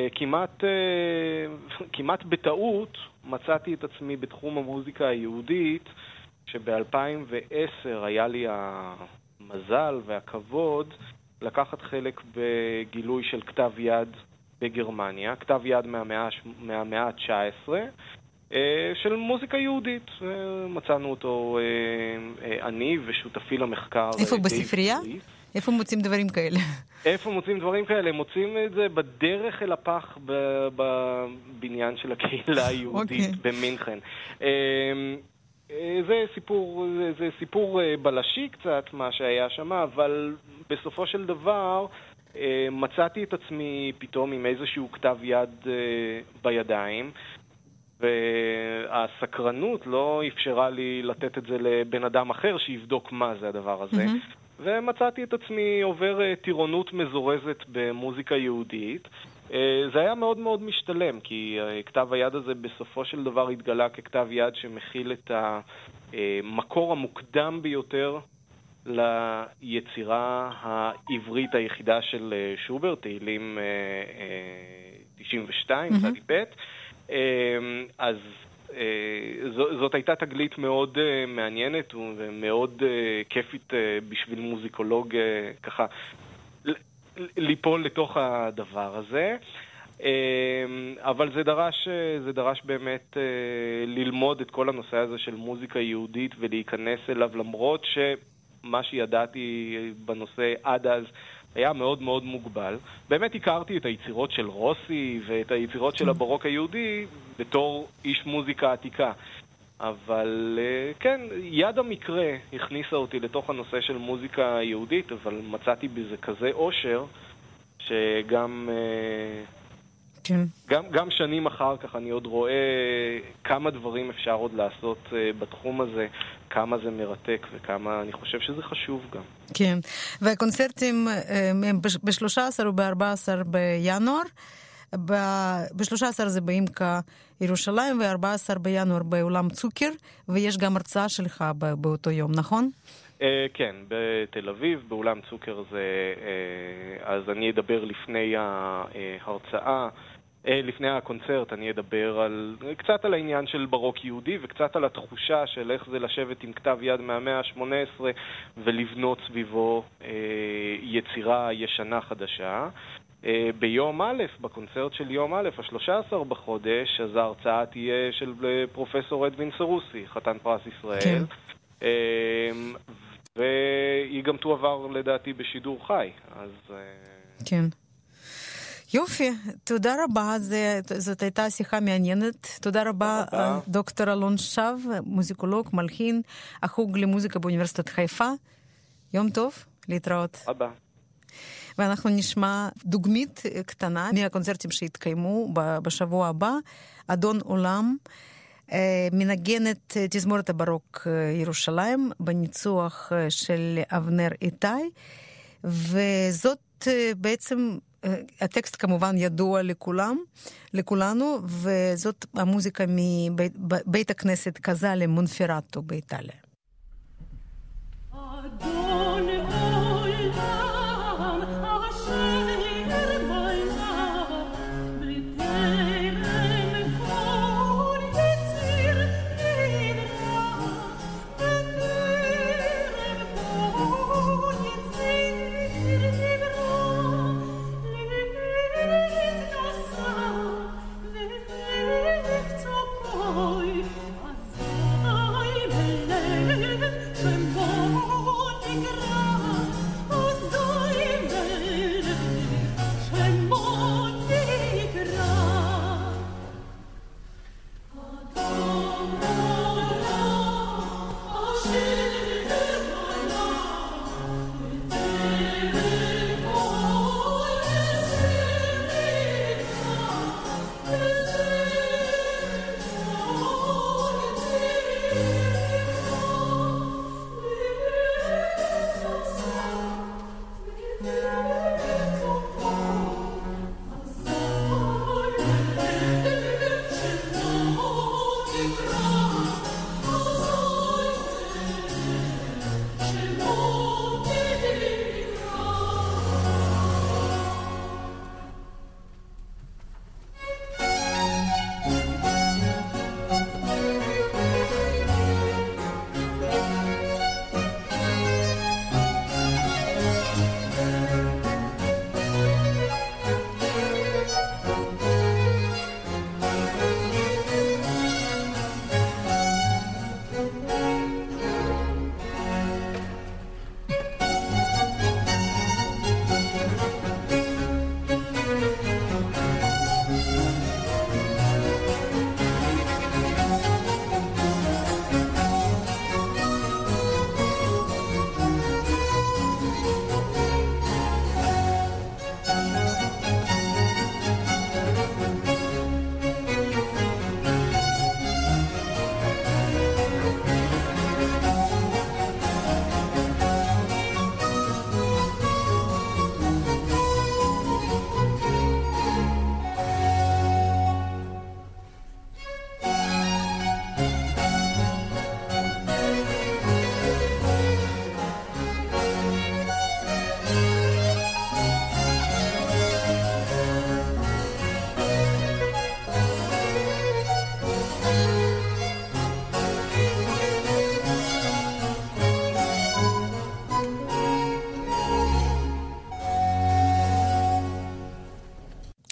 כמעט בטעות מצאתי את עצמי בתחום המוזיקה היהודית, שב-2010 היה לי המזל והכבוד לקחת חלק בגילוי של כתב יד בגרמניה, כתב יד מהמאה ה-19 של מוזיקה יהודית. מצאנו אותו אני ושותפי למחקר. איפה בספרייה? איפה מוצאים דברים כאלה? איפה מוצאים דברים כאלה? מוצאים את זה בדרך אל הפח בבניין של הקהילה היהודית במינכן. זה סיפור בלשי קצת מה שהיה שם, אבל בסופו של דבר מצאתי את עצמי פתאום עם איזשהו כתב יד בידיים, והסקרנות לא אפשרה לי לתת את זה לבן אדם אחר שיבדוק מה זה הדבר הזה. ומצאתי את עצמי עובר טירונות מזורזת במוזיקה יהודית. זה היה מאוד מאוד משתלם, כי כתב היד הזה בסופו של דבר התגלה ככתב יד שמכיל את המקור המוקדם ביותר ליצירה העברית היחידה של שוברט, תהילים 92, צדי ב'. אז זאת הייתה תגלית מאוד מעניינת ומאוד כיפית בשביל מוזיקולוג ככה ליפול לתוך הדבר הזה. אבל זה דרש באמת ללמוד את כל הנושא הזה של מוזיקה יהודית ולהיכנס אליו, למרות שמה שידעתי בנושא עד אז היה מאוד מאוד מוגבל. באמת הכרתי את היצירות של רוסי ואת היצירות של הברוק היהודי בתור איש מוזיקה עתיקה. אבל כן, יד המקרה הכניסה אותי לתוך הנושא של מוזיקה יהודית, אבל מצאתי בזה כזה אושר שגם גם שנים אחר כך אני עוד רואה כמה דברים אפשר עוד לעשות בתחום הזה, כמה זה מרתק וכמה אני חושב שזה חשוב גם. כן, והקונצרטים הם ב-13 או ב-14 בינואר, ב-13 זה באימקה ירושלים ו-14 בינואר באולם צוקר, ויש גם הרצאה שלך באותו יום, נכון? כן, בתל אביב, באולם צוקר זה, אז אני אדבר לפני ההרצאה, לפני הקונצרט אני אדבר קצת על העניין של ברוק יהודי וקצת על התחושה של איך זה לשבת עם כתב יד מהמאה ה-18 ולבנות סביבו יצירה ישנה חדשה. ביום א', בקונצרט של יום א', ה-13 בחודש, אז ההרצאה תהיה של פרופסור אדווין סרוסי, חתן פרס ישראל. כן. והיא גם תועבר לדעתי בשידור חי. אז כן. יופי, תודה רבה, זאת הייתה שיחה מעניינת. תודה רבה, דוקטור אלון שב, מוזיקולוג, מלחין, החוג למוזיקה באוניברסיטת חיפה. יום טוב, להתראות. תודה. ואנחנו נשמע דוגמית קטנה מהקונצרטים שהתקיימו בשבוע הבא. אדון עולם מנגנת תזמורת הברוק ירושלים בניצוח של אבנר איתי, וזאת בעצם הטקסט כמובן ידוע לכולנו, וזאת המוזיקה מבית הכנסת קזאלה מונפרטו באיטליה.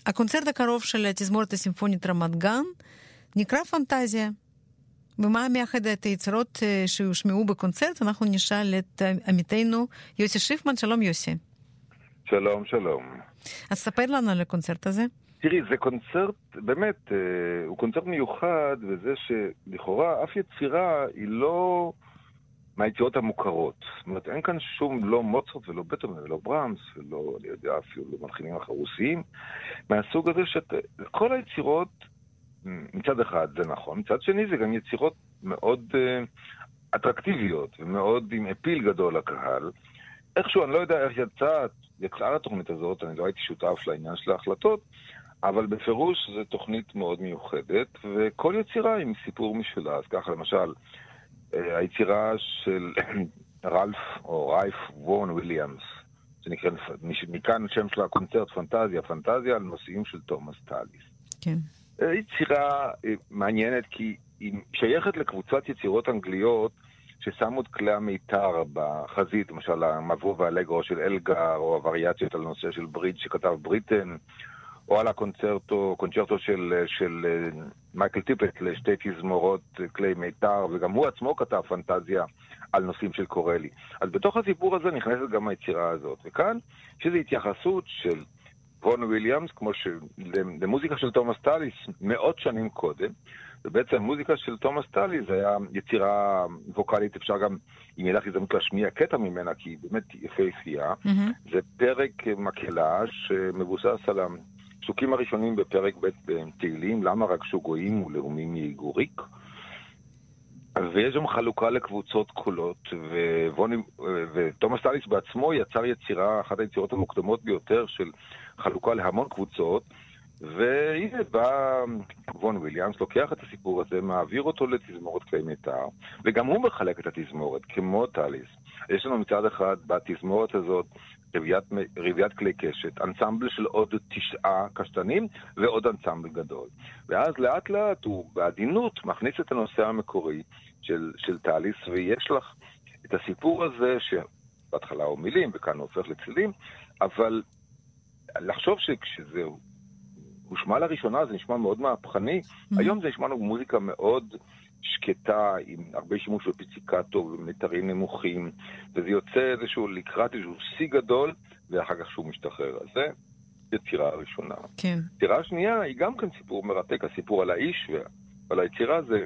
הקונצרט הקרוב של התזמורת הסימפונית רמת גן נקרא פנטזיה. ומה מייחד את היצירות שיושמעו בקונצרט? אנחנו נשאל את עמיתנו יוסי שיפמן. שלום יוסי. שלום, שלום. אז ספר לנו על הקונצרט הזה. תראי, זה קונצרט, באמת, הוא קונצרט מיוחד, וזה שלכאורה אף יצירה היא לא מהיצירות המוכרות. זאת אומרת, אין כאן שום, לא מוצרט ולא בטהובן ולא ברמס, ולא, אני יודע, אפילו לא מלחינים הרוסיים, מהסוג הזה כל היצירות, מצד אחד זה נכון, מצד שני זה גם יצירות מאוד אטרקטיביות, ומאוד עם אפיל גדול לקהל. איכשהו, אני לא יודע איך יצאה התוכנית הזאת, אני לא הייתי שותף לעניין של ההחלטות, אבל בפירוש זו תוכנית מאוד מיוחדת, וכל יצירה עם סיפור משלה. אז ככה למשל, היצירה של רלף או רייף וון וויליאמס, שנקרא, מכאן שם של הקונצרט פנטזיה, פנטזיה על נושאים של תומאס טאליס. כן. יצירה מעניינת כי היא שייכת לקבוצת יצירות אנגליות ששמו את כלי המיתר בחזית, למשל המבוא והאלגרו של אלגר, או הווריאציות על נושא של ברידג' שכתב בריטן, או על הקונצ'רטו של מייקל טיפט לשתי תזמורות כלי מיתר, וגם הוא עצמו כתב פנטזיה על נושאים של קורלי. אז בתוך הסיפור הזה נכנסת גם היצירה הזאת. וכאן, שזו התייחסות של וון וויליאמס, כמו למוזיקה של תומאס טאליס, מאות שנים קודם, ובעצם מוזיקה של תומאס טאליס זה היה יצירה ווקלית, אפשר גם, אם ילך הזדמנות להשמיע קטע ממנה, כי היא באמת יפהפייה. זה פרק מקהלה שמבוסס על הפסוקים הראשונים בפרק ב' בתהילים, למה רגשו גויים ולאומים יגוריק. ויש גם חלוקה לקבוצות קולות, ותומאס טאליס בעצמו יצר יצירה, אחת היצירות המוקדמות ביותר של חלוקה להמון קבוצות, והנה בא וון וויליאמס, לוקח את הסיפור הזה, מעביר אותו לתזמורת כלי מיתר, וגם הוא מחלק את התזמורת, כמו טאליס. יש לנו מצד אחד בתזמורת הזאת רביעיית כלי קשת, אנסמבל של עוד 9 קשתנים ועוד אנסמבל גדול. ואז לאט לאט הוא בעדינות מכניס את הנושא המקורי של טאליס, ויש לך את הסיפור הזה שבהתחלה הוא מילים וכאן הוא הופך לצלילים, אבל לחשוב שכשזה הושמע לראשונה זה נשמע מאוד מהפכני, היום זה נשמע לנו מוזיקה מאוד שקטה, עם הרבה שימוש בפיציקטו ומטרים נמוכים, וזה יוצא לקראת איזשהו שיא גדול, ואחר כך שהוא משתחרר. אז זה יצירה הראשונה. כן. יצירה השנייה היא גם כן סיפור מרתק, הסיפור על האיש ועל היצירה זה,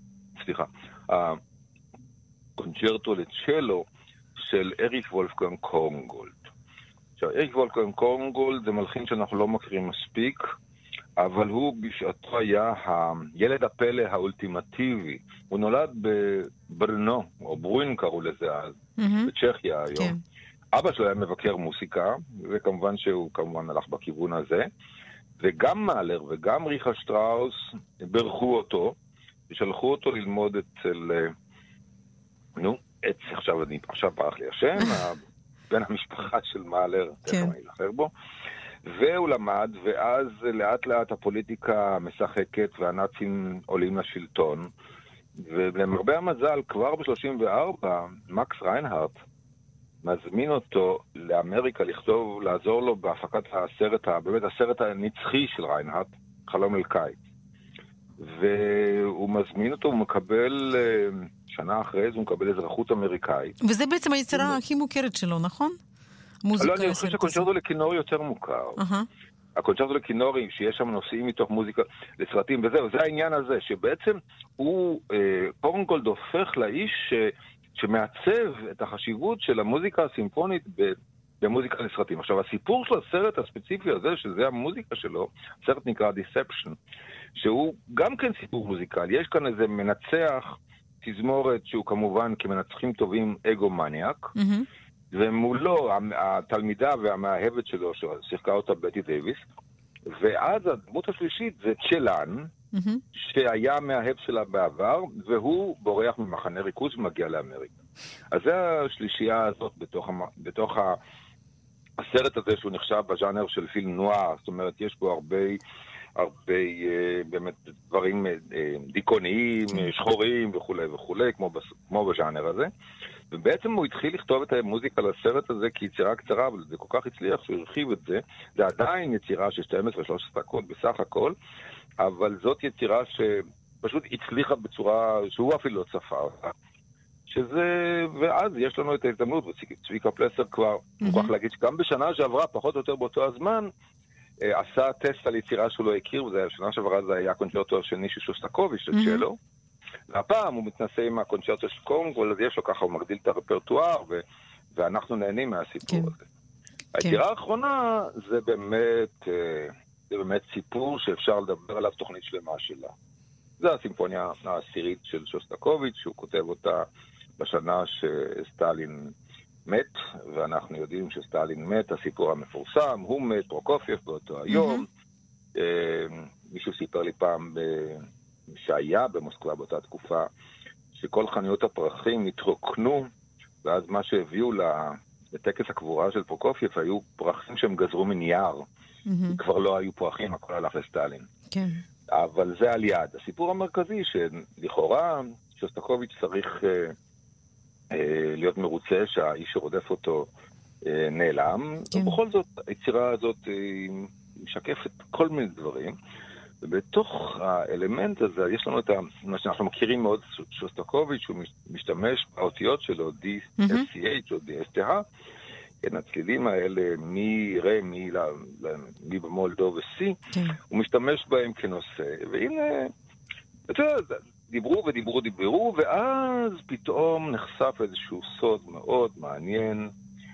הקונצ'רטו לצ'לו של אריק וולפגנג קורנגולד. עכשיו, אריק וולפגנג קורנגולד זה מלחין שאנחנו לא מכירים מספיק, אבל הוא בשעתו היה הילד הפלא האולטימטיבי. הוא נולד בברנו, או ברווין קראו לזה אז, בצ'כיה היום. כן. אבא שלו היה מבקר מוסיקה, וכמובן שהוא כמובן הלך בכיוון הזה, וגם מאלר וגם ריכה שטראוס ברכו אותו, ושלחו אותו ללמוד אצל, עכשיו ברח לי השם, בן המשפחה של מאלר, תכף אני זכר בו, והוא למד, ואז לאט לאט הפוליטיקה משחקת והנאצים עולים לשלטון, ולמרבה המזל כבר ב-34 מקס ריינהרט מזמין אותו לאמריקה לעזור לו בהפקת באמת הסרט הנצחי של ריינהרט, חלום אל קיץ. והוא מזמין אותו, הוא מקבל, שנה אחרי זה הוא מקבל אזרחות אמריקאית. וזה בעצם היצירה הכי מוכרת שלו, נכון? לא, אני חושב שהקונצ'רטו לכינור יותר מוכר. הקונצ'רטו לכינור, שיש שם נושאים מתוך מוזיקה לסרטים, וזהו, זה העניין הזה, שבעצם קורנגולד הופך לאיש שמעצב את החשיבות של המוזיקה הסימפונית במוזיקה לסרטים. עכשיו, הסיפור של הסרט הספציפי הזה, שזה המוזיקה שלו, הסרט נקרא Deception, שהוא גם כן סיפור מוזיקלי. יש כאן איזה מנצח תזמורת שהוא כמובן כמנצחים טובים אגו-מניאק, ומולו התלמידה והמאהבת שלו, ששיחקה אותה בטי דייביס, ואז הדמות השלישית זה צ'לן, שהיה מאהב שלה בעבר, והוא בורח ממחנה ריכוז ומגיע לאמריקה. אז זה השלישייה הזאת בתוך הסרט הזה שהוא נחשב בז'אנר של פילם נואר, זאת אומרת יש בו הרבה באמת דברים דיכאוניים, שחורים וכולי וכולי, כמו בז'אנר הזה. ובעצם הוא התחיל לכתוב את המוזיקה לסרט הזה כיצירה קצרה, אבל זה כל כך הצליח שהוא הרחיב את זה. זה עדיין יצירה של 12-13 דקות בסך הכל, אבל זאת יצירה שפשוט הצליחה בצורה שהוא אפילו לא צפה אותה. ואז יש לנו את ההזדמנות, וצביקה פלסר כבר מוכרח להגיד שגם בשנה שעברה, פחות או יותר באותו הזמן, עשה טסט על יצירה שהוא לא הכיר, בשנה שעברה זה היה הקונצ'רטו השני של שוסטקוביץ' של צ'לו, והפעם הוא מתנסה עם הקונצ'רטו של קונגו, אז יש לו ככה, הוא מגדיל את הרפרטואר, ואנחנו נהנים מהסיפור הזה. היצירה האחרונה זה באמת סיפור שאפשר לדבר עליו תוכנית שלמה שלה. זה הסימפוניה העשירית של שוסטקוביץ', שהוא כותב אותה בשנה שסטלין מת, ואנחנו יודעים שסטלין מת, הסיפור המפורסם, הוא מת, פרוקופייב באותו היום. מישהו סיפר לי פעם שהיה במוסקבה באותה תקופה, שכל חנויות הפרחים התרוקנו, ואז מה שהביאו לטקס הקבורה של פרוקופייב היו פרחים שהם גזרו מנייר, כבר לא היו פרחים, הכל הלך לסטלין. כן. אבל זה על יד. הסיפור המרכזי שלכאורה שוסטקוביץ' צריך להיות מרוצה שהאיש שרודף אותו נעלם, כן. ובכל זאת היצירה הזאת משקפת כל מיני דברים, ובתוך האלמנט הזה יש לנו את מה שאנחנו מכירים מאוד שוסטקוביץ', הוא משתמש באותיות שלו, D-S-C-H או D-S-T-H, כן, הצלילים האלה, מי רה, מי במול דו וסי, הוא משתמש בהם כנושא, והנה, אתה יודע, דיברו, ואז פתאום נחשף איזשהו סוד מאוד מעניין,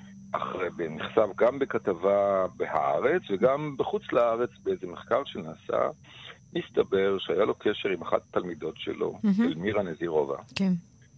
נחשף גם בכתבה בהארץ, וגם בחוץ לארץ, באיזה מחקר שנעשה, מסתבר שהיה לו קשר עם אחת התלמידות שלו, אלמירה נזירובה. כן.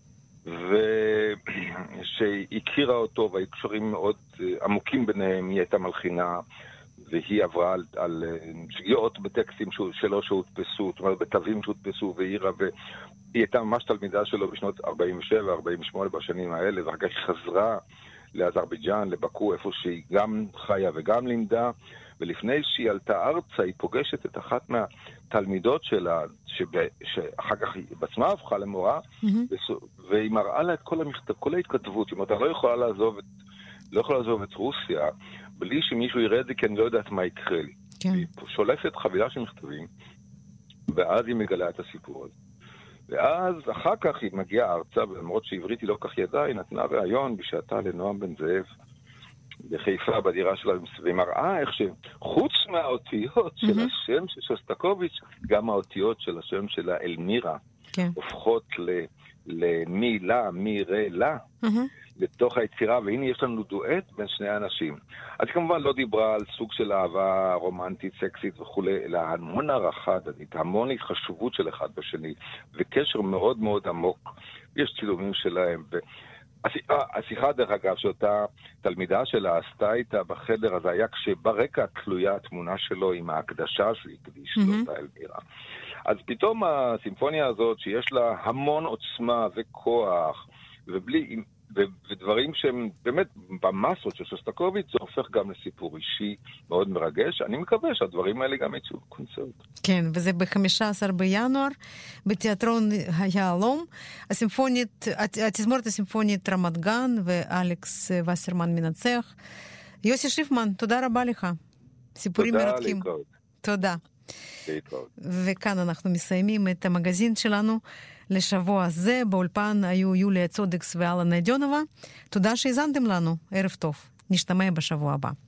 ושהכירה אותו, והיו קשרים מאוד עמוקים ביניהם, היא הייתה מלחינה, והיא עברה על שגיאות בטקסטים שלו שהודפסו, זאת אומרת, בתווים שהודפסו, והיא הייתה ממש תלמידה שלו בשנות 47-48 בשנים האלה, ואחר כך חזרה לאזרבייג'אן, לבקו, איפה שהיא גם חיה וגם לימדה, ולפני שהיא עלתה ארצה, היא פוגשת את אחת מהתלמידות שלה, שאחר כך היא בעצמה הפכה למורה, והיא מראה לה את כל ההתכתבות, זאת אומרת, אני לא יכולה לעזוב את רוסיה, בלי שמישהו יראה את זה, כי אני לא יודעת מה יקרה לי. כן. היא שולפת חבילה של מכתבים, ואז היא מגלה את הסיפור הזה. ואז אחר כך היא מגיעה ארצה, ולמרות שעברית היא לא כך ידעה, היא נתנה ראיון בשעתה לנועם בן זאב, בחיפה, בדירה שלה, והיא מראה איך שחוץ מהאותיות של השם של שוסטקוביץ', גם האותיות של השם שלה אלמירה, כן. הופכות למי לה, מי רה לה, לתוך היצירה, והנה יש לנו דואט בין שני אנשים. אז כמובן לא דיברה על סוג של אהבה רומנטית, סקסית וכולי, אלא המון הערכה הדדית, המון התחשבות של אחד בשני, וקשר מאוד מאוד עמוק. יש צילומים שלהם. השיחה דרך אגב, שאותה תלמידה שלה עשתה איתה בחדר, אז היה כשברקע תלויה התמונה שלו עם ההקדשה שהוא הקדיש לאותה אלמירה. אז פתאום הסימפוניה הזאת, שיש לה המון עוצמה וכוח, ודברים שהם באמת במסות של שוסטקוביץ', זה הופך גם לסיפור אישי מאוד מרגש. אני מקווה שהדברים האלה גם יצאו בקונצרט. כן, וזה ב-15 בינואר, בתיאטרון היהלום, התזמורת הסימפונית רמת גן, ואלכס וסרמן מנצח. יוסי שיפמן, תודה רבה לך. סיפורים מרתקים. תודה. וכאן אנחנו מסיימים את המגזין שלנו לשבוע הזה. באולפן היו יוליה צודקס ואלנה דיונובה. תודה שהזנתם לנו. ערב טוב. נשתמע בשבוע הבא.